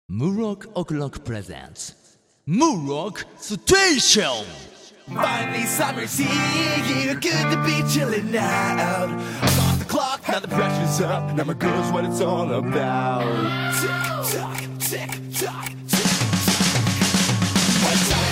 Murok O'Clock presents Murok Station. Finally summer's here, good to be chillin' out. I'm off the clock, now the pressure's up. Now my girl's what it's all about. Tick tock, tick tock, tick tock.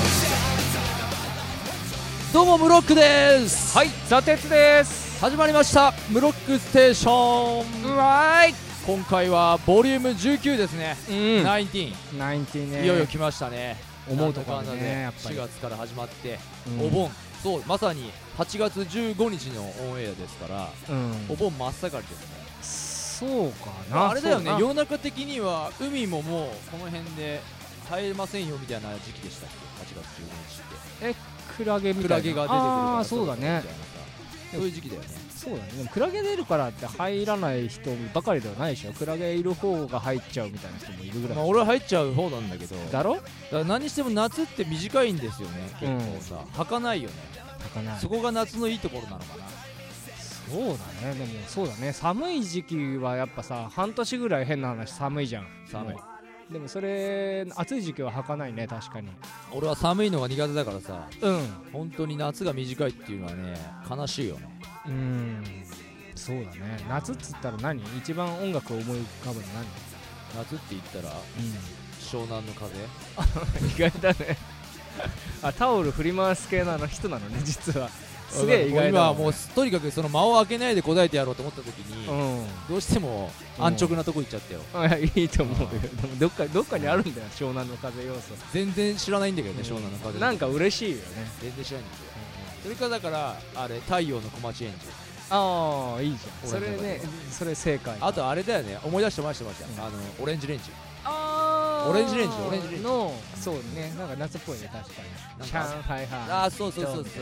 どうもムロックです。 はい、ザテツです。 始まりましたムロックステーション。 わーい。 今回はボリューム19ですね。 19ね。 いよいよ来ましたね。 思うところでね、やっぱり 4月から始まって、 うんお盆、そうまさに8月15日のオンエアですから、お盆真っ盛りですね。 そうかな。 あれだよね、 そう世の中的には海ももうこの辺で入れませんよみたいな時期でしたっけ。8月15日ってクラゲみたいな。 クラゲが出てくるから。 ああ、そうだね。 そういう時期だよね。 そうだね。でもクラゲ出るからって入らない人ばかりではないでしょ。クラゲいる方が入っちゃうみたいな人もいるぐらい。 まあ俺は入っちゃう方なんだけど。 だろ？ だから何しても夏って短いんですよね。結構さ、儚いよね。 儚い。 そこが夏のいいところなのかな。 そうだね。でもそうだね。寒い時期はやっぱさ、半年ぐらい変な話寒いじゃん。 寒い。 でもそれ暑い時期は儚いね。確かに。 俺は寒いのが苦手だからさ、 本当に夏が短いっていうのはね、悲しいよね。 そうだね。夏っつったら何？一番音楽を思い浮かぶの何？ 夏って言ったら、湘南の風。 意外だね。あ、タオル振り回す系の人なのね、実は。すげえ意外だ、ね。 今はもうとにかくその間を空けないで答えてやろうと思った時に、どうしても安直なとこ行っちゃったよ。 いいと思うよ。でもどっかにあるんだよ、湘南の風要素。 全然知らないんだけどね、湘南の風。 なんか嬉しいよね。 全然知らないんですよ。それからだからあれ太陽の小町エンジン。 ああ、いいじゃん。それね、それ正解。 あとあれだよね、思い出してました。オレンジレンジ。 ああ、 オレンジレンジの、そうね、なんか夏っぽいね、確かに。上海派。 ああ、そう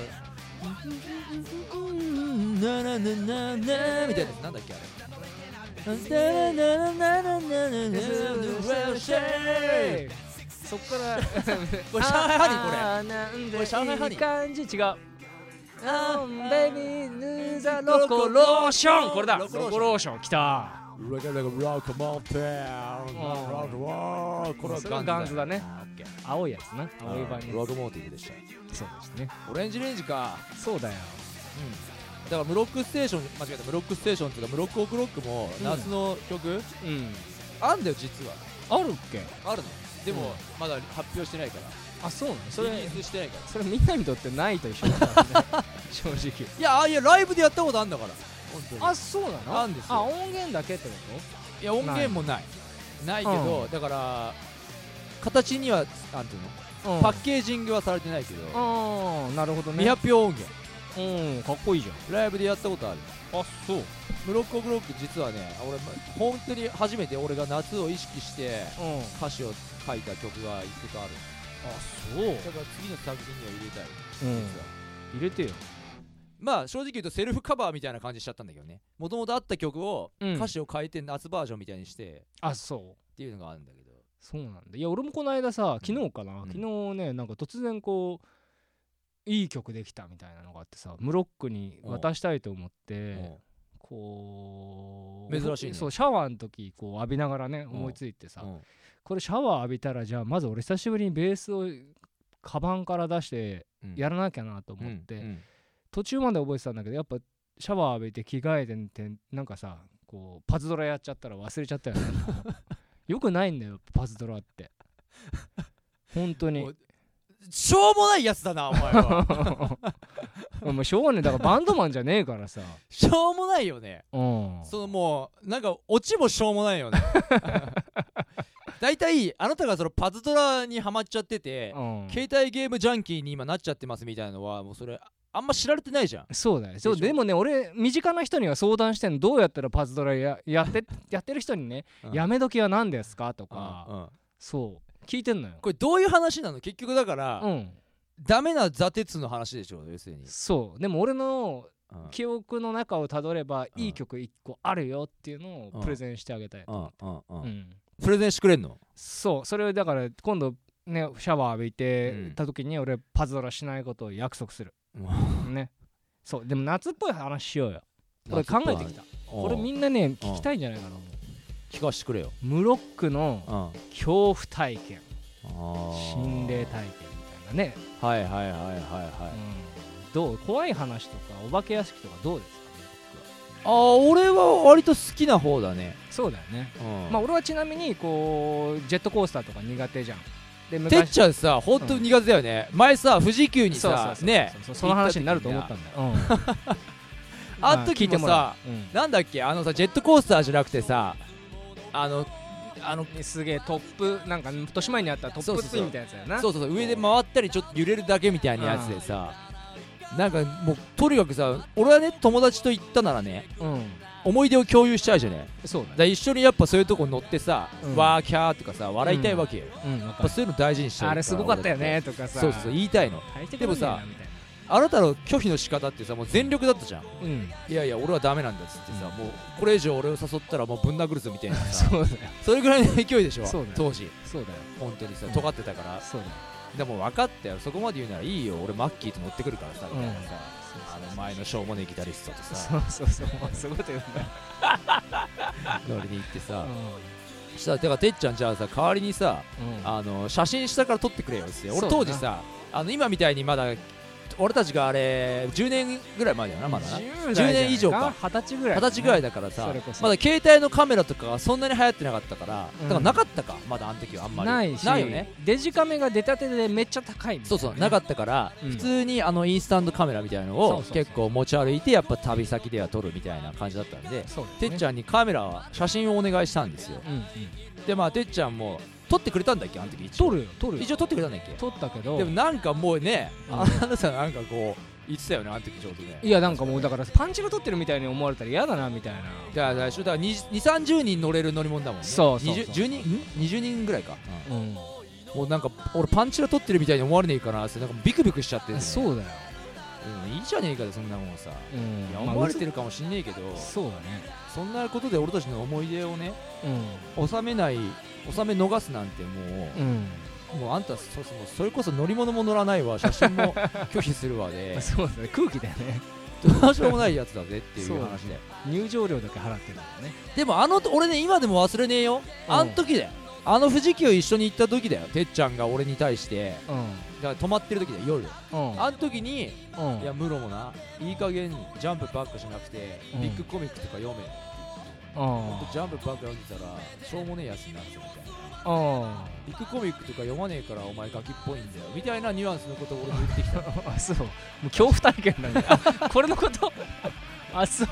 なななななみたいな、なんだっけあれ。 そっからこれ上海ハニー、これ上海ハニー感じ違う。ベイビーヌーザロコローション、これだ。ロコローションきた。 ロコモンテン。これはガンズだね。青いやつな。青い版にロコモーティブでした。 そうですね。 オレンジレンジか。 そうだよ。 だからムロックステーション、間違えた、ムロックステーションっていうかムロックオクロックも夏の曲あんだよ、実は。 あるっけ？ あるの。でもまだ発表してないから。 あ、そうなの？ それリリースしてないから。 それみんなにとってないと一緒だからね。正直。 いやライブでやったことあんだから。本当に。 あ、そうなの？ あんですよ。 あ、音源だけってこと？ いや、音源もないけど、だから形にはなんていうの、パッケージングはされてないけど。 なるほどね。 未発表音源。 かっこいいじゃん。 ライブでやったことある。 あ、そう。 ムロックオクロック実はね、俺本当に初めて俺が夏を意識して歌詞を書いた曲がいくつかある。 あ、そう。 だから次の作品には入れたい。 入れてよ。 まあ正直言うとセルフカバーみたいな感じしちゃったんだけどね。もともとあった曲を歌詞を変えて夏バージョンみたいにして、 あ、そうっていうのがあるんだけど。 そうなんだ。いや、俺もこの間さ、昨日かな、昨日ね、なんか突然こういい曲できたみたいなのがあってさ、ムロックに渡したいと思って、こう珍しいね。 そう、シャワーの時こう浴びながらね、思いついてさ、これシャワー浴びたら、じゃあまず俺久しぶりにベースをカバンから出してやらなきゃなと思って、途中まで覚えてたんだけど、やっぱシャワー浴びて着替えてってなんかさ、こうパズドラやっちゃったら忘れちゃったよね。よくないんだよ、パズドラって。本当にしょうもないやつだな、お前は。 もうしょうがねえ、だからバンドマンじゃねえからさ。 しょうもないよね。そのもうなんかオチもしょうもないよね。だいたいあなたがそのパズドラにハマっちゃってて、携帯ゲームジャンキーに今なっちゃってますみたいなのは、もうそれあんま知られてないじゃん。 そうだよ。そうでもね、俺身近な人には相談してんの。どうやったらパズドラやってる人にね、やめ時は何ですかとか、そう聞いてんのよ。 これどういう話なの結局。だからダメなザテツの話でしょ、要するに。 そう。でも俺の記憶の中をたどればいい曲1個あるよっていうのをプレゼンしてあげたいと思って。 プレゼンしてくれんの？ そう。それをだから今度ね、シャワー浴びてた時に俺パズドラしないことを約束する。ね。そう。でも夏っぽい話しようよ。これ考えてきた。これみんなね聞きたいんじゃないかな。 聞かせてくれよ。 ムロックの恐怖体験、心霊体験みたいなね。 はいはいはいはいはい、 どう、怖い話とかお化け屋敷とかどうですかね。 俺は割と好きな方だね。 そうだよね、まあ俺はちなみにこうジェットコースターとか苦手じゃん。 でてっちゃんさ本当に苦手だよね、前さ富士急にさねその話になると思ったんだよ、 あの時もさ、なんだっけ、さジェットコースターじゃなくてさ、 すげえトップ、なんか豊島園にあったトップツインみたいなやつだよな。 そうそうそう、上で回ったりちょっと揺れるだけみたいなやつでさ、なんかもうとにかくさ、俺はね友達と行ったならね、思い出を共有しちゃうじゃね。 そうだ、一緒にやっぱそういうとこ乗ってさ、わーキャーとかさ笑いたいわけよ。そういうの大事にしちゃう。 あれすごかったよねとかさ、 そうそう言いたいの。でもさ、あなたの拒否の仕方ってさ、もう全力だったじゃん。いやいや俺はダメなんだっつってさ、もうこれ以上俺を誘ったらもうぶん殴るぞみたいなさそれぐらいの勢いでしょ当時。そうだよ、本当にさ尖ってたから。そうだよ、でも分かったよ、そこまで言うならいいよ、俺マッキーと乗ってくるからさみたいなさ、前のしょうもねえギタリストとさ、 そうそうそう、言うんだ乗りに行ってさ、したらてかてっちゃんじゃあさ代わりにさ、写真下から撮ってくれよって俺当時さ、今みたいにまだ俺たちがあれ10年ぐらい前だよな、まだな10年以上か、 20歳ぐらい、 20歳ぐらいだからさ、まだ携帯のカメラとかがそんなに流行ってなかったから、だからなかったか、まだあの時はあんまりないよね。 デジカメが出たてでめっちゃ高いみたいな。 そうそう、なかったから、普通にインスタントカメラみたいなのを結構持ち歩いて、やっぱ旅先では撮るみたいな感じだったんで、てっちゃんにカメラは写真をお願いしたんですよ。でまあてっちゃんも撮ってくれたんだっけ、あの時。 撮る一応撮ってくれたんだっけ。 撮ったけど、 でもなんかもうね、あなたなんかこう言ってたよね、あの時ちょうどね。 いやなんかもうだからパンチが撮ってるみたいに思われたら嫌だなみたいな。 だから20-30人乗れる乗り物だもんね。そうそうそう、20人ぐらいか。もうなんか俺パンチが撮ってるみたいに思われねえかなって、なんかビクビクしちゃってね。そうだよ、いいじゃねえかで、そんなもんさ。いや思われてるかもしんねえけど、そうだね、そんなことで俺たちの思い出をね収め逃すなんてもうあんたそれこそ乗り物も乗らないわ、写真も拒否するわでそうだね、空気だよね、 どうしようもないやつだぜっていう話で、 入場料だけ払ってるんだよね。 でも俺ね今でも忘れねえよ、あの時だよ、富士急一緒に行った時だよ、てっちゃんが俺に対してだから泊まってる時だよ、夜。あの時に、いやムロもないい加減ジャンプばっかしなくてビッグコミックとか読めって言って、ジャンプばっか読んでたらしょうもねえやつになるぞみたいな、ビッグコミックとか読まねえからお前ガキっぽいんだよみたいなニュアンスのことを俺に言ってきた。あ、そう、もう恐怖体験なんだこれのことあ、そう、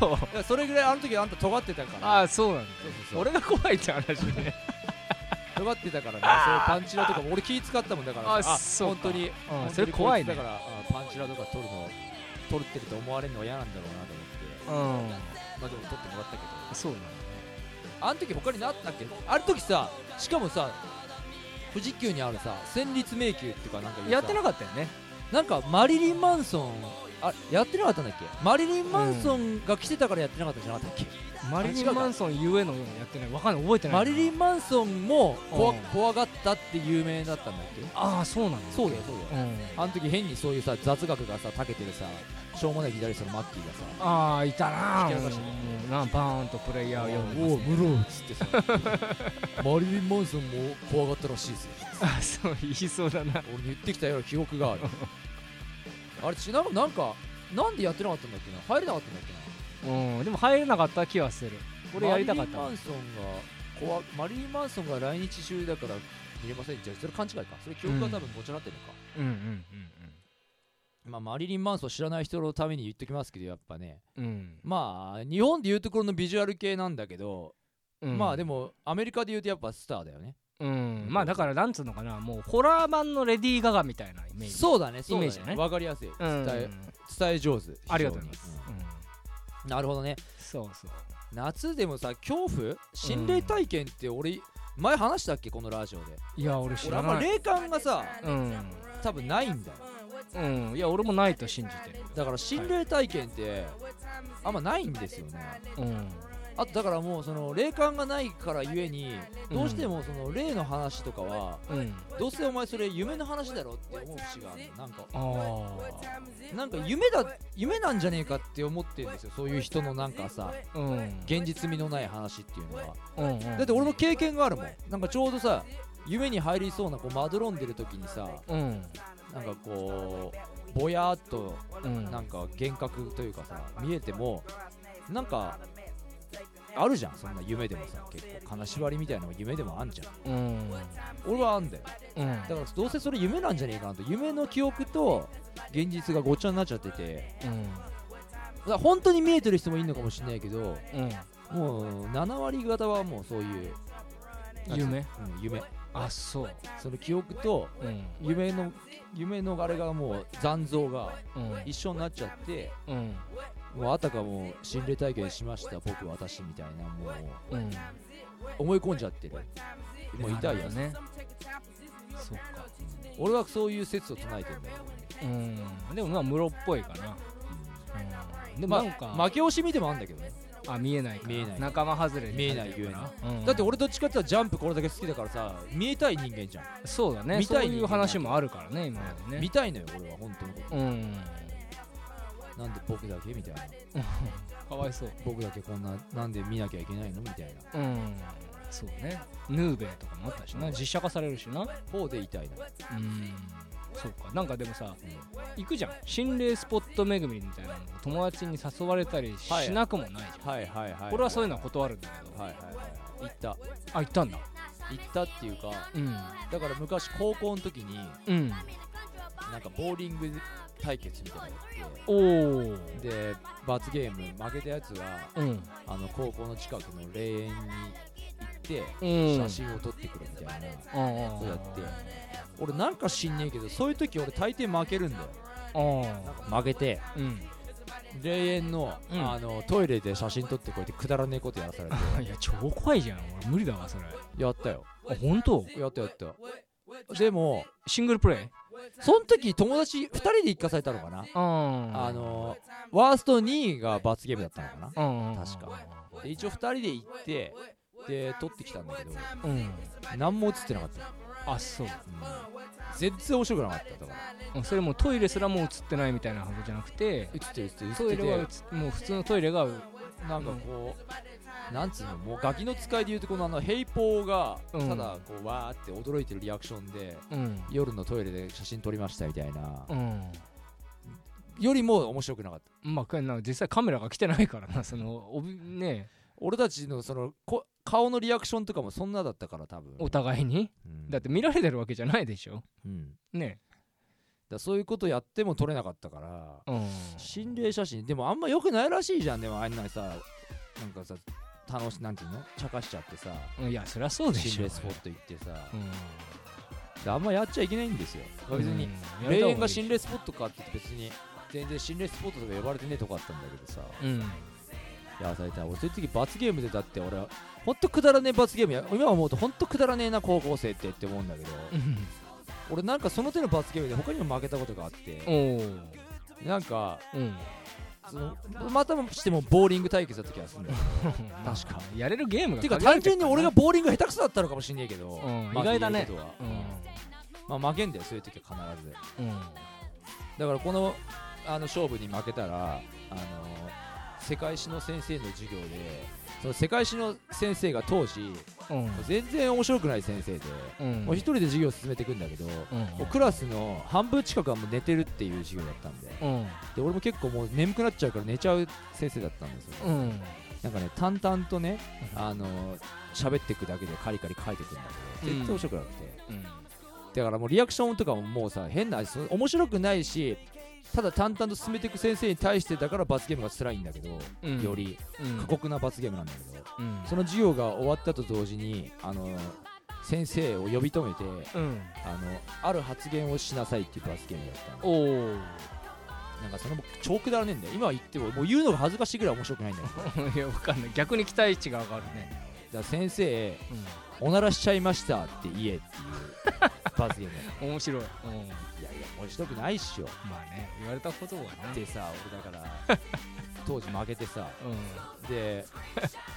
それぐらいあの時あんた尖ってたから。あ、そうなんだ、俺が怖いって話ね尖ってたからね、そういうパンチラとかも俺気使ったもんだからさ、本当にそれ怖いね。だからパンチラとか取ってると思われるのは嫌なんだろうなと思って、まあでも取ってもらったけど。そうだね、あの時他になったっけ、あの時さ、しかもさ富士急にあるさ戦慄迷宮っていうかなんかやってなかったよね。なんかマリリン・マンソンやってなかったんだっけ、マリリン・マンソンが来てたからやってなかったんじゃなかったっけ。マリリン・マンソンゆえのようにやってない、わかんない、覚えてない。マリリン・マンソンも怖がったって有名だったんだっけ。ああ、そうなんだ。そうだよそうだよ、あの時変にそういうさ雑学がさ長けてるさしょうもないギタリストのマッキーがさ、ああいたなぁ、バーンとプレイヤーを読んで、おおムローっつってさマリリン・マンソンも怖がったらしいですよ。あ、そう言いそうだな、俺言ってきたような記憶があるあれなんかなんでやってなかったんだっけな、入れなかったんだっけな。でも入れなかった気はする。俺やりたかった。マリリン・マンソンが来日中だから見れません。じゃあそれ勘違いか、それ記憶が多分ごちゃなってるのか。まあマリリン・マンソン知らない人のために言っときますけど、やっぱね、まあ日本でいうところのビジュアル系なんだけど、まあでもアメリカでいうとやっぱスターだよね。まあだからなんつうのかな、もうホラー版のレディー・ガガみたいなイメージ。そうだね、イメージね、分かりやすい、伝え上手。ありがとうございます。なるほどね。そうそう、夏でもさ恐怖心霊体験って俺前話したっけこのラジオで。いや俺知らない。俺あんま霊感がさ多分ないんだよ。いや俺もないと信じてる。だから心霊体験ってあんまないんですよね。 あとだからもうその霊感がないからゆえにどうしてもその霊の話とかは、どうせお前それ夢の話だろって思う節があるの。なんか夢なんじゃねえかって思ってるんですよ、そういう人のなんかさ、現実味のない話っていうのは、だって俺も経験があるもん。なんかちょうどさ夢に入りそうなこうまどろんでる時にさ、なんかこうぼやーっとなんか幻覚というかさ見えてもなんかあるじゃん、そんな夢でもさ、結構金縛りみたいなのが夢でもあんじゃん、俺はあんだよ、だからどうせそれ夢なんじゃねえかなと、夢の記憶と現実がごっちゃになっちゃってて、だから本当に見えてる人もいるのかもしれないけど、もう7割方はもうそういう夢、 夢、 そう、 その記憶と夢のあれがもう残像が一緒になっちゃって、もうあたかも心霊体験しました僕私みたいな、もう、思い込んじゃってる、もう痛いやつね。 そっか、 俺はそういう説を唱えてるんだよ。 でもまあ室っぽいかな。でもなんか負け惜しみでもあるんだけどね。 見えないから、見えない、仲間外れ見えないゆえな、だって俺どっちかって言ったらジャンプこれだけ好きだからさ、見えたい人間じゃん。 そうだね、見たいそういう話もあるからね、今までね。 見たいのよ俺は本当のこと、なんで僕だけみたいなかわいそう、 僕だけこんな、なんで見なきゃいけないのみたいな。 そうね、ヌーベとかもあったしな、実写化されるしな。 方で痛いな。 そうか、なんかでもさ、行くじゃん、心霊スポット巡りみたいなの友達に誘われたりしなくもないじゃん。俺はそういうのは断るんだけど。 行った。 行ったんだ。 行ったっていうか、だから昔高校の時に、なんかボーリング対決みたいなのがあって、で罰ゲーム負けたやつは、高校の近くの霊園に行って写真を撮ってくるみたいなことやって、俺なんか知んねえけどそういう時俺大抵負けるんだよ。負けて、霊園の、トイレで写真撮ってこうやってくだらねえことやらされていや超怖いじゃん、俺無理だわそれ。 やったよ。 本当？ やった。でもシングルプレイ？ その時友達2人で行かされたのかな。ワースト2位が罰ゲームだったのかな、確かで。一応2人で行ってで撮ってきたんだけど、何も映ってなかった。 そう、 全然面白くなかった。だからそれもトイレすらも映ってないみたいなことじゃなくて、 映ってるトイレはもう普通のトイレがなんかこう、なんつうの、もうガキの使いでいうとこのヘイポーがただこうわーって驚いてるリアクションで、夜のトイレで写真撮りましたみたいな、よりも面白くなかった。 まあ実際カメラが来てないからな、そのね、 俺たちのその顔のリアクションとかもそんなだったから多分お互いに、だって見られてるわけじゃないでしょ、ね。 だそういうことやっても撮れなかったから、心霊写真でもあんま良くないらしいじゃん。でもあんなにさ、なんかさ、楽しなんていうの茶化しちゃってさ、 いやそりゃそうでしょ、 心霊スポット行ってさ、あんまやっちゃいけないんですよ。別に霊園が心霊スポットかって言って別に全然心霊スポットとか呼ばれてねえとこあったんだけどさ、やらされた。俺そういう時罰ゲームで、だって俺はほんとくだらねえ罰ゲームや、今思うとほんとくだらねえな高校生って思うんだけど、俺なんかその手の罰ゲームで他にも負けたことがあって、なんか、そのまたしてもボーリング対決だった気がするんだよ確かやれるゲームがていうか単純に俺がボーリング下手くそだったのかもしんねえけど、 意外だね。 まあ負けんだよそういう時は必ず。だからこの勝負に負けたら世界史の先生の授業で、その世界史の先生が当時、全然面白くない先生で、もう一人で授業を進めていくんだけど、もうクラスの半分近くはもう寝てるっていう授業だったんで、で俺も結構もう眠くなっちゃうから寝ちゃう先生だったんですよ、なんかね淡々とね喋っていくだけでカリカリ書いていくんだけど全然面白くなくて、だからもうリアクションとかももうさ変な面白くないし、ただ淡々と進めていく先生に対してだから罰ゲームが辛いんだけど、より過酷な罰ゲームなんだけど、その授業が終わったと同時に先生を呼び止めて、ある発言をしなさいっていう罰ゲームだったんで、なんかその超くだらねえんだよ。今は言ってももう言うのが恥ずかしいぐらい面白くないんだけどいやわかんない、逆に期待値が上がるね。 だから先生、おならしちゃいましたって言えっていう罰ゲーム面白い。 いや面白くないっしょ。 まあね、言われたことはね。 でさ、俺だから当時負けてさ、で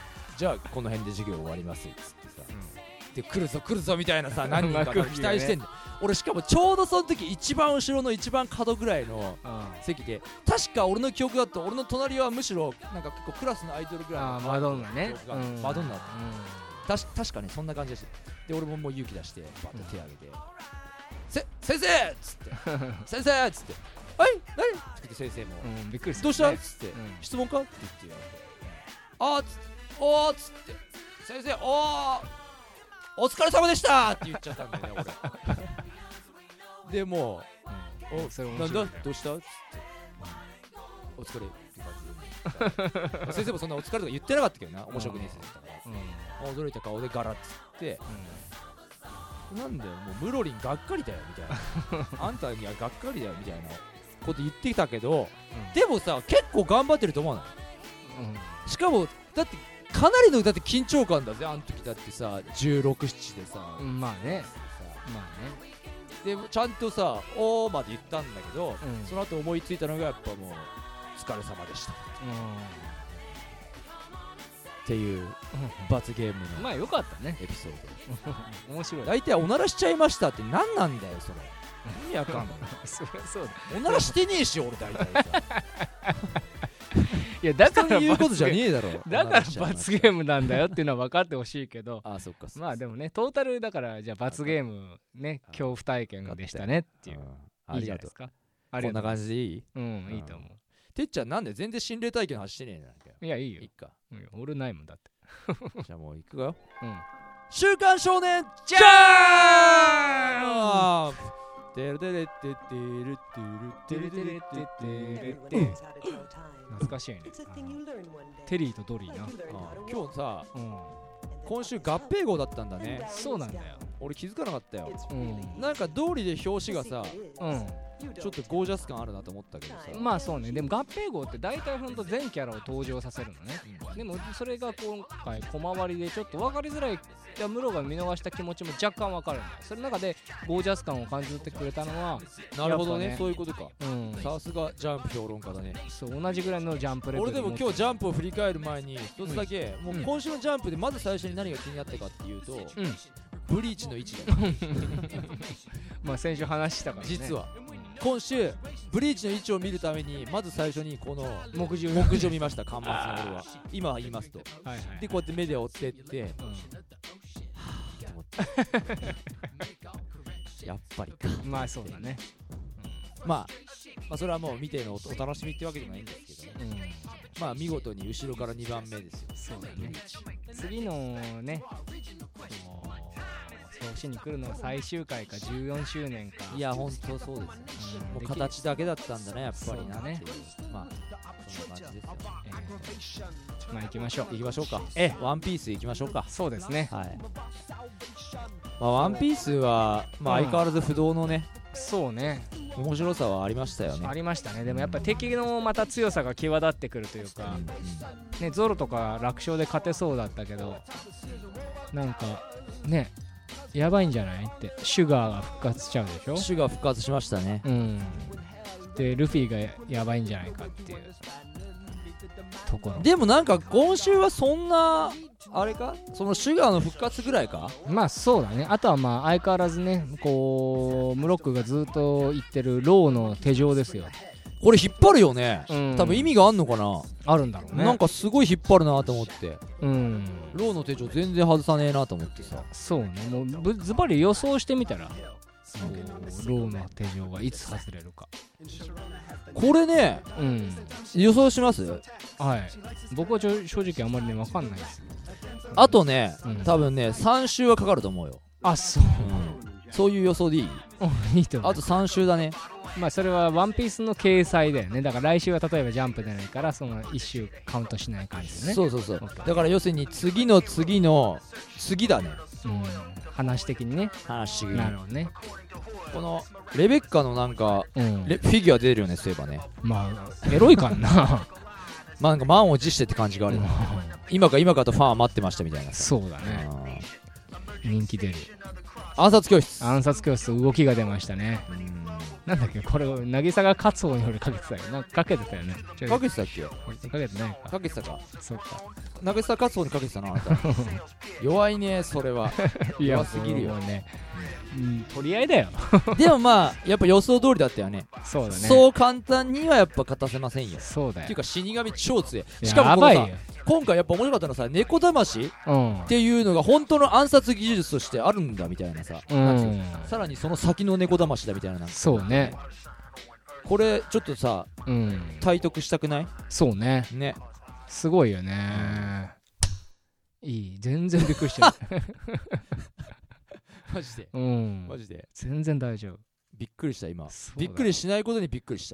じゃあこの辺で授業終わりますっつってさ、で来るぞみたいなさ何人かが期待してんだよ俺しかもちょうどその時一番後ろの一番角ぐらいの席で、確か俺の記憶だと俺の隣はむしろなんか結構クラスのアイドルぐらいのマドンナね、 マドンナ確かねそんな感じでした。で俺ももう勇気出してバッと手を挙げて先生っつって先生っつってはい何っつって先生もびっくりするどうしたっつって質問かって言って言われてあーっつっておーっつって先生お疲れ様でしたって言っちゃったんだよね俺でもうなんだどうしたっつってお疲れって感じで先生もそんなお疲れとか言ってなかったけどな面白くねえ先生だから驚いた顔でガラッつってなんだよもうムロリンがっかりだよみたいなあんたにはがっかりだよみたいなこと言ってきたけど、でもさ結構頑張ってると思わない、しかもだってかなりのだって緊張感だぜあの時だってさ16、7でさ、 まあねでちゃんとさおーまで言ったんだけど、その後思いついたのがやっぱもうお疲れ様でした、っていう罰ゲームのまあよかったねエピソード面白い。 大体おならしちゃいましたって何なんだよそれ意味わかんないそりゃそうだおならしてねえし俺大体さいやだから言うことじゃねえだろだから罰ゲームなんだよっていうのは分かってほしいけどあそっかまあでもねトータルだからじゃあ罰ゲームね恐怖体験でしたねっていういいじゃないですか。 こんな感じでいい？ いいと思う。 てっちゃんなんで全然心霊体験の話してねえな。 いやいいよ。 いっか。 俺ないもんだって。 じゃあもう行くよ。 週刊少年ジャーンプ。テルテレテテルテルテルテテテテ。 懐かしいね。テリーとドリーな。 今日さ、今週合併号だったんだね。 そうなんだよ。 俺気づかなかったよ。なんか通りで表紙がさ、ちょっとゴージャス感あるなと思ったけどさ。 まあそうね。でも合併号って大体ほんと全キャラを登場させるのね。でもそれが今回小回りでちょっと分かりづらい。ムロが見逃した気持ちも若干分かるんだよ。その中でゴージャス感を感じてくれたのはなるほどね、そういうことか。さすがジャンプ評論家だね。 そう同じぐらいのジャンプレベル。 俺でも今日ジャンプを振り返る前に一つだけ、もう今週のジャンプでまず最初に何が気になったかっていうと、ブリーチの位置だまあ先週話したからね。 実は今週ブリーチの位置を見るためにまず最初にこの目次を見ました。端末の俺は今言いますと、でこうやって目で追ってってやっぱりか。 まあそうだね。 まあそれはもう見てのお楽しみってわけじゃないんですけどね。まあ見事に後ろから2番目ですよ。 そうだね。次のね表紙に来るのは最終回か14周年か。 いやほんとそうですね。もう形だけだったんだねやっぱりなね。まあそんな感じですよ。 まあ行きましょうか。ワンピース行きましょうか。 そうですね。 はい。まあワンピースはまあ相変わらず不動のね。 そうね。 面白さはありましたよね。 ありましたね。でもやっぱり敵のまた強さが際立ってくるというか、ねゾロとか楽勝で勝てそうだったけど、なんかねやばいんじゃないってシュガーが復活しちゃうでしょ。 シュガー復活しましたね。 でルフィがやばいんじゃないかっていうところ。 でもなんか今週はそんなあれか、そのシュガーの復活ぐらいか。 まあそうだね。あとはまあ相変わらずねこうムロックがずっと言ってるローの手錠ですよ。 これ引っ張るよね。多分意味があんのかな。 あるんだろうね。 なんかすごい引っ張るなと思って。ローの手錠全然外さねえなと思ってさ。 そうね。もうズバリ予想してみたらローの手錠がいつ外れるか。 これね、予想します？ はい。僕は正直あんまりね分かんないです。 あとね、多分ね3週はかかると思うよ。 あ、そう。 そういう予想でいい？ いいと思う。 あと3週だね。 まあそれはワンピースの掲載だよね。だから来週は例えばジャンプでないからその1週カウントしない感じでね。 そうだから要するに次の次の次だね。 話的にね。 話的に。 なるほどね。 このレベッカのなんか、フィギュア出るよね。そういえばね。 まあエロいかな。 まあなんか満を持してって感じがあるよね。今かとファンは待ってましたみたいな。 そうだね。人気出る。 暗殺教室動きが出ましたね。 なんだっけこれ渚がカツオに俺かけてたよな。かけてたよね。 かけてたっけ？ かけてないか。 かけてたか。 そうか。 渚カツオにかけてたなあなた。弱いねそれは。弱すぎるよね。取り合いだよ。 でもまあやっぱ予想通りだったよね。 そうだね。 そう簡単にはやっぱ勝たせませんよ。 そうだよ。 っていうか死神超強い。しかもこのさ今回やっぱ面白かったのはさ、猫魂っていうのが本当の暗殺技術としてあるんだみたいなさ、さらにその先の猫魂だみたいな。 そうね。これちょっとさ、体得したくない？ そうね。 ね。 すごいよね。いい。全然びっくりしちゃう。 マジで。マジで。 全然大丈夫。 びっくりした今。びっくりしないことにびっくりした。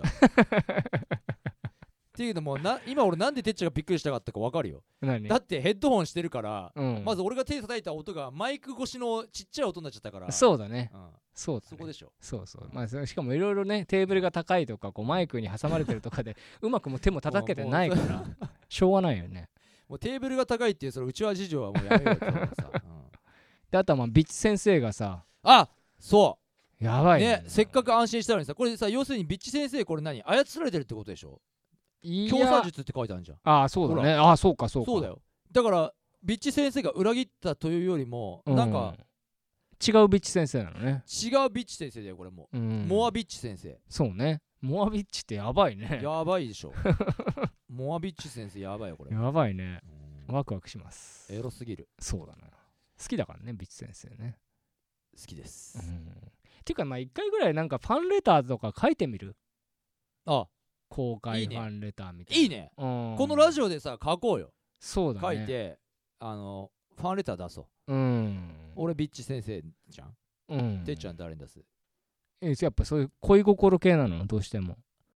っていうのも今俺なんでてっちゃんがびっくりしたかったか分かるよ。だってヘッドホンしてるから、まず俺が手叩いた音がマイク越しのちっちゃい音になっちゃったから。 そうだね。そうだね。 そこでしょ。 そうそう。まあしかもいろいろねテーブルが高いとかこうマイクに挟まれてるとかでうまくも手も叩けてないからしょうがないよね。 もうテーブルが高いっていうそのうちわ事情はもうやめようって思うさ。 であとはまあビッチ先生がさ、 そうやばいね。せっかく安心したのにさ、これさ要するにビッチ先生これ何操られてるってことでしょ。強さ術って書いてあるじゃん。 ああそうだね。ああそうかそうか。 そうだよ。だからビッチ先生が裏切ったというよりもなんか違うビッチ先生なのね。 違うビッチ先生だよこれも。モアビッチ先生。 そうね。モアビッチってやばいね。 やばいでしょ。モアビッチ先生やばいよこれ。 やばいね。ワクワクします。 エロすぎる。 そうだな。好きだからねビッチ先生ね。 好きです。 っていうかまあ一回ぐらいなんかファンレターとか書いてみる？公開ファンレターみたいな。 いいね。このラジオでさ書こうよ。 そうだね。 書いてファンレター出そう。俺ビッチ先生じゃん。てっちゃん誰に出す？ やっぱそういう恋心系なのどうしても。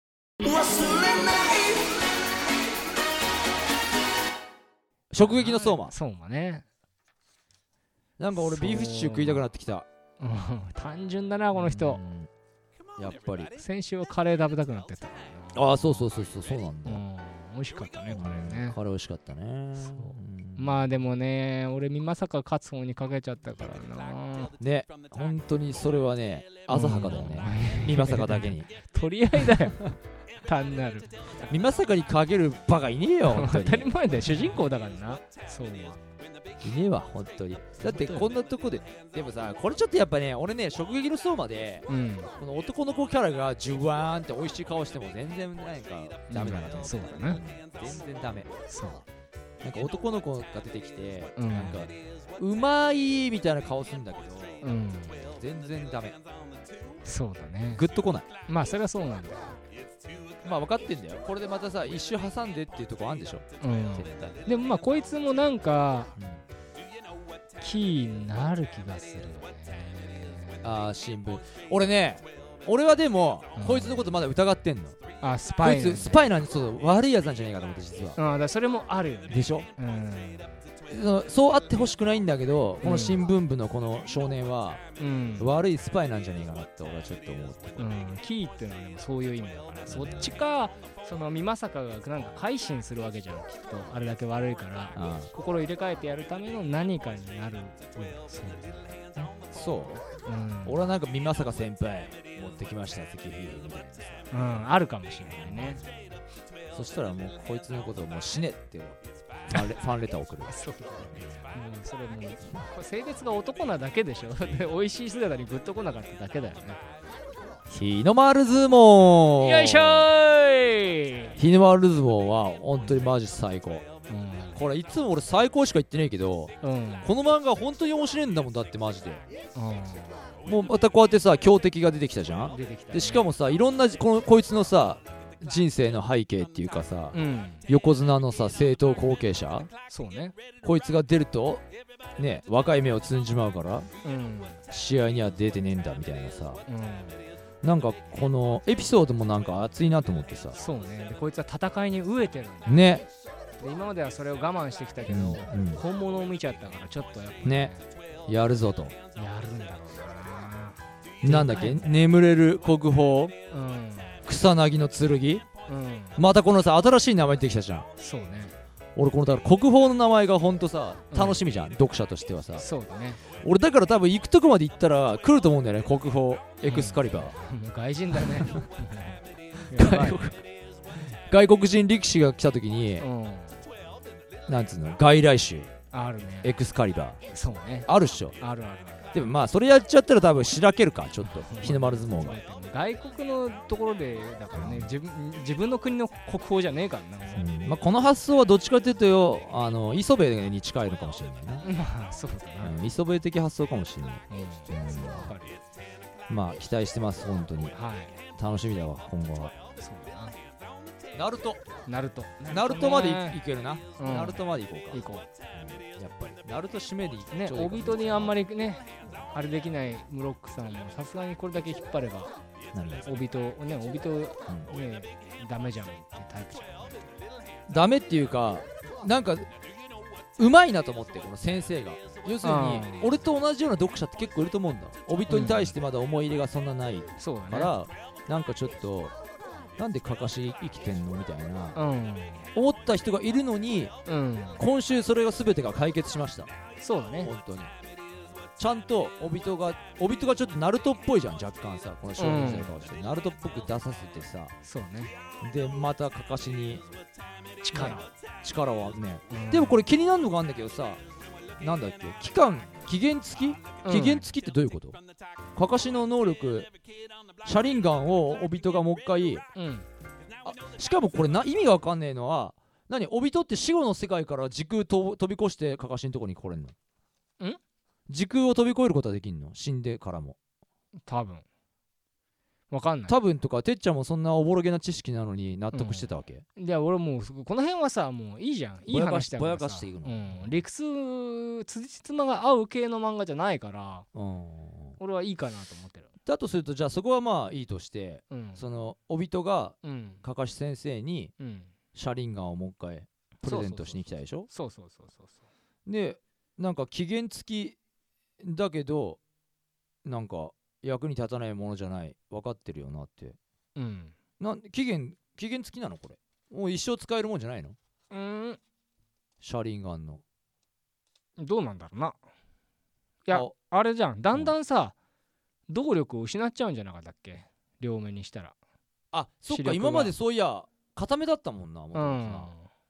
直撃の相馬。 相馬ね。 なんか俺ビーフシチュー食いたくなってきた。 単純だなこの人。 やっぱり先週はカレー食べたくなってた。 ああそうなんだ。 美味しかったねカレーね。 カレー美味しかったね。 まあでもね俺まさかカツオにかけちゃったからな。 ね本当にそれはね浅はかだよね。みまさかだけに取り合いだよ。単なるみまさかにかけるバカいねえよ。 当たり前だよ主人公だからな。そういねえわ本当に。だってこんなとこででもさこれちょっとやっぱね俺ね直撃の相馬で、この男の子キャラがジュワーンって美味しい顔しても全然なんかダメだなと思って。 そうだね。 全然ダメ。 そうなんか男の子が出てきて、なんかうまいみたいな顔するんだけど、全然ダメ。 そうだね。 グッとこない。 まあそれはそうなんだよ。 まあ分かってんだよ。これでまたさ一周挟んでっていうとこあるんでしょ。絶対。 でもまあこいつもなんか、キーになる気がするよね。 新聞。俺はでも、こいつのことまだ疑ってんの。 スパイ。 こいつスパイなんで悪いやつなんじゃないかと思って実は。 だそれもあるよね。 でしょ。そうあってほしくないんだけど、この新聞部のこの少年は、悪いスパイなんじゃねえかなって俺はちょっと思って。 キーってのはでもそういう意味だから、そっちかその美作がなんか改心するわけじゃんきっと。あれだけ悪いから心入れ替えてやるための何かになる。 そう、俺はなんか美作先輩持ってきましたってみたいなあるかもしれないね。 そしたらもうこいつのことをもう死ねってファンレター送る。 そうだね。それも性別が男なだけでしょ。美味しい姿にグッとこなかっただけだよね。 日の丸相撲。 よいしょーい。 日の丸相撲は本当にマジ最高。これいつも俺最高しか言ってないけど、この漫画本当に面白いんだもんだってマジで。もうまたこうやってさ強敵が出てきたじゃん。でしかもさいろんなこいつのさ人生の背景っていうかさ、横綱のさ正統後継者、 そうね、 こいつが出るとね若い目を摘んじまうから、試合には出てねえんだみたいなさ、なんかこのエピソードもなんか熱いなと思ってさ。 そうね。でこいつは戦いに飢えてるんだね。 で今まではそれを我慢してきたけど、本物を見ちゃったからちょっとやっぱねやるぞと。 やるんだろうな。なんだっけ、眠れる国宝、草薙の剣、またこのさ新しい名前出てきたじゃん。 そうね。 俺このだから国宝の名前がほんとさ楽しみじゃん、読者としてはさ。 そうだね。 俺だから多分行くとこまで行ったら来ると思うんだよね、国宝エクスカリバー。 外人だね。 外国人力士が来た時に、なんつうの、外来種あるね、 エクスカリバー。 そうね、 あるっしょ。 ある。 でもまあそれやっちゃったら多分しらけるか、ちょっと日の丸相撲が。 外国のところでだからね、自分の国の国宝じゃねえからな。 まあ、この発想はどっちかというとよ、磯部に近いのかもしれないね。 まあそうだな、 磯部的発想かもしれない。 わかる。 まあ期待してます本当に。楽しみだわ今後は。 そうだな。 ナルトまでいけるな。ナルトまで行こうか。やっぱりナルト締めでいくね。 おびとにあんまりねあれできないムロックさんもさすがにこれだけ引っ張れば、おびとねダメじゃんってタイプじゃん。 ダメっていうか、なんかうまいなと思って、この先生が。要するに俺と同じような読者って結構いると思うんだ。おびとに対してまだ思い入れがそんなないから、なんかちょっとなんでかかし生きてんのみたいな、思った人がいるのに、今週それが全てが解決しました。 そうだね、 本当にちゃんとおびとがちょっとナルトっぽいじゃん、若干さ、この少年時代の顔して、ナルトっぽく出させてさ、 そうね、でまたかかしに力はね、でもこれ気になるのがあるんだけどさ、なんだっけ、期限付きってどういうこと？かかしの能力、シャリンガンをおびとがもう一回、しかもこれ意味が分かんねえのは、何、おびとって死後の世界から時空飛び越してかかしのとこに来れんの？時空を飛び越えることはできんの？死んでからも。 多分わかんない。 多分とか、てっちゃんもそんなおぼろげな知識なのに納得してたわけ？ いや俺もうこの辺はさ、もういいじゃん、いい話だからさ、 ぼやかしていくの、 理屈つじつまが合う系の漫画じゃないから、俺はいいかなと思ってる。 だとすると、じゃあそこはまあいいとして、そのおびとがかかし先生にシャリンガンをもう一回プレゼントしに来たでしょ。 そうで、なんか期限付きだけどなんか役に立たないものじゃない、分かってるよなって。期限付きなのこれ？もう一生使えるもんじゃないの？シャリンガンの。 どうなんだろうな。いや、あれじゃん、だんだんさ、動力を失っちゃうんじゃなかったっけ、両目にしたら。 あ、そっか、今までそういや固めだったもんな。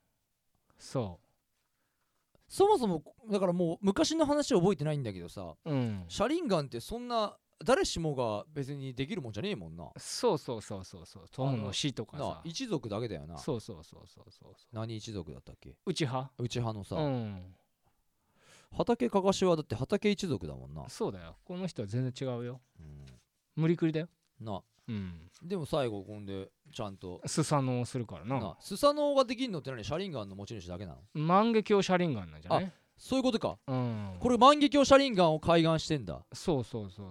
そもそもだからもう昔の話は覚えてないんだけどさ、シャリンガンってそんな誰しもが別にできるもんじゃねえもんな。 そうトムの死とかさ、 一族だけだよな。そう。何一族だったっけ？内派のさ、畑かかしはだって畑一族だもんな。そうだよ、この人は全然違うよ。無理くりだよな。でも最後こんでちゃんとスサノオするからな。スサノオができんのって何？シャリンガンの持ち主だけなの？万華鏡シャリンガンなんじゃない？そういうことか。これ万華鏡シャリンガンを開眼してんだ。そう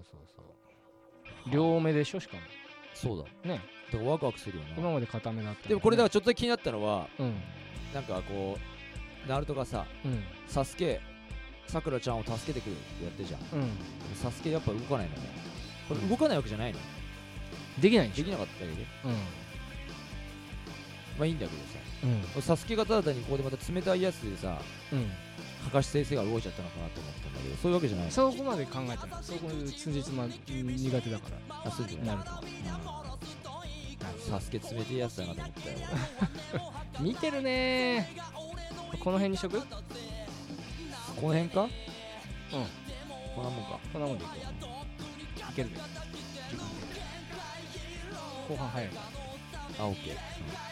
両目でしょ、しかも。そうだね。だからワクワクするよね。今まで片目だった。でもこれだからちょっと気になったのは、なんかこうナルトがさ、サスケさくらちゃんを助けてくるってやってるじゃん。サスケやっぱ動かないのね。これ動かないわけじゃないの？できないんでしょ？できなかったけど。まあいいんだけどさ、サスケがただ単にここでまた冷たいやつでさ、かかし先生が動いちゃったのかなと思ったんだけど、そういうわけじゃない。そこまで考えたら、そこでつじつま苦手だから。そうじゃない。なると。サスケ冷てえやつだなと思ったよ。見てるねー。この辺にしとく？この辺か？こんなもんか。こんなもんでいこう。いけるね。後半早いから。オッケー。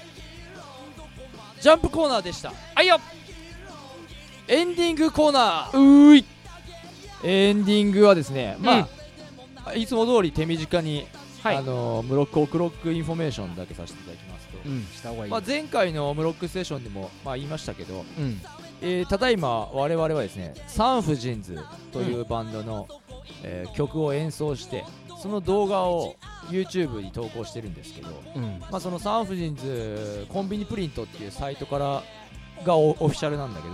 ジャンプコーナーでした。はいよ。エンディングコーナー。エンディングはですね、いつも通り手短に、ムロックオクロックインフォメーションだけさせていただきますと、した方がいい。前回のムロックステーションでも言いましたけど、ただいま我々はですね、サンフジンズというバンドの、曲を演奏して、その動画を YouTube に投稿してるんですけど、そのサンフジンズコンビニプリントっていうサイトからがオフィシャルなんだけ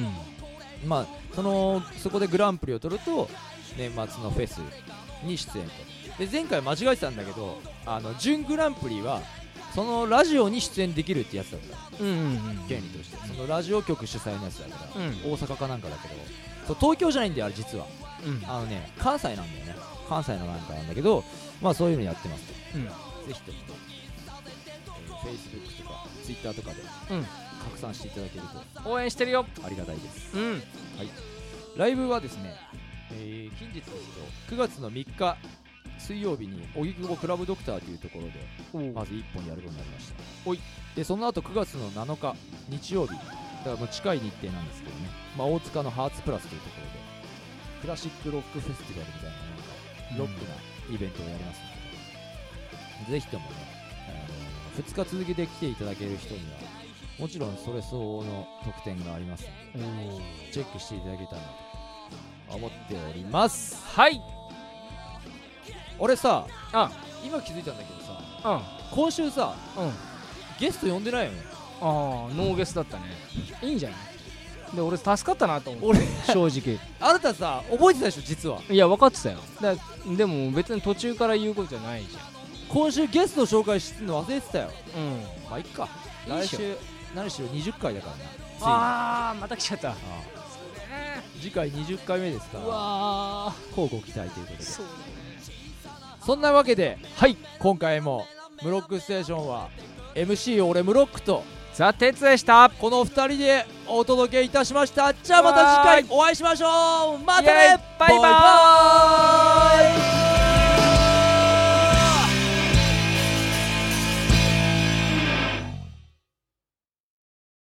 ど、そこでグランプリを取ると年末のフェスに出演と。で前回間違えてたんだけど、準グランプリはそのラジオに出演できるってやつだった、 うんうんうん、 権利として、そのラジオ局主催のやつだから、 うん、 大阪かなんかだけど、そう東京じゃないんだよあれ実は、 うん、 関西なんだよね、関西のなんかなんだけど、まあそういうのやってますと、 うん、 ぜひとも、Facebook とか Twitter とかで、拡散していただけると応援してるよ、 ありがたいです、 うん、 はい。ライブはですね、近日ですと9月の3日水曜日に荻窪クラブドクターというところでまず1本やることになりました。おいでその後9月の7日日曜日だからもう近い日程なんですけどね、大塚のハーツプラスというところでクラシックロックフェスティバルみたいななんかロックなイベントをやりますので、ぜひともね、2日続けて来ていただける人にはもちろんそれ相応の特典がありますので、チェックしていただけたらなと思っております。 はい。 俺さ、今気づいたんだけどさ、今週さ、ゲスト呼んでないよね。 ノーゲスだったね。いいんじゃないで、俺助かったなと思って、俺正直あなたさ、覚えてたでしょ実は。 いや、分かってたよ。でも別に途中から言うことじゃないじゃん。 今週ゲスト紹介してんの忘れてたよ。まあいっか。来週何しろ20回だからな。また来ちゃった。 次回20回目ですから、 うわ乞うご期待ということで、そんなわけで、はい、今回もムロックステーションは MC 俺ムロックとザ・テツでした。 この2人でお届けいたしました。じゃあまた次回お会いしましょう。またね、 バイバーイ。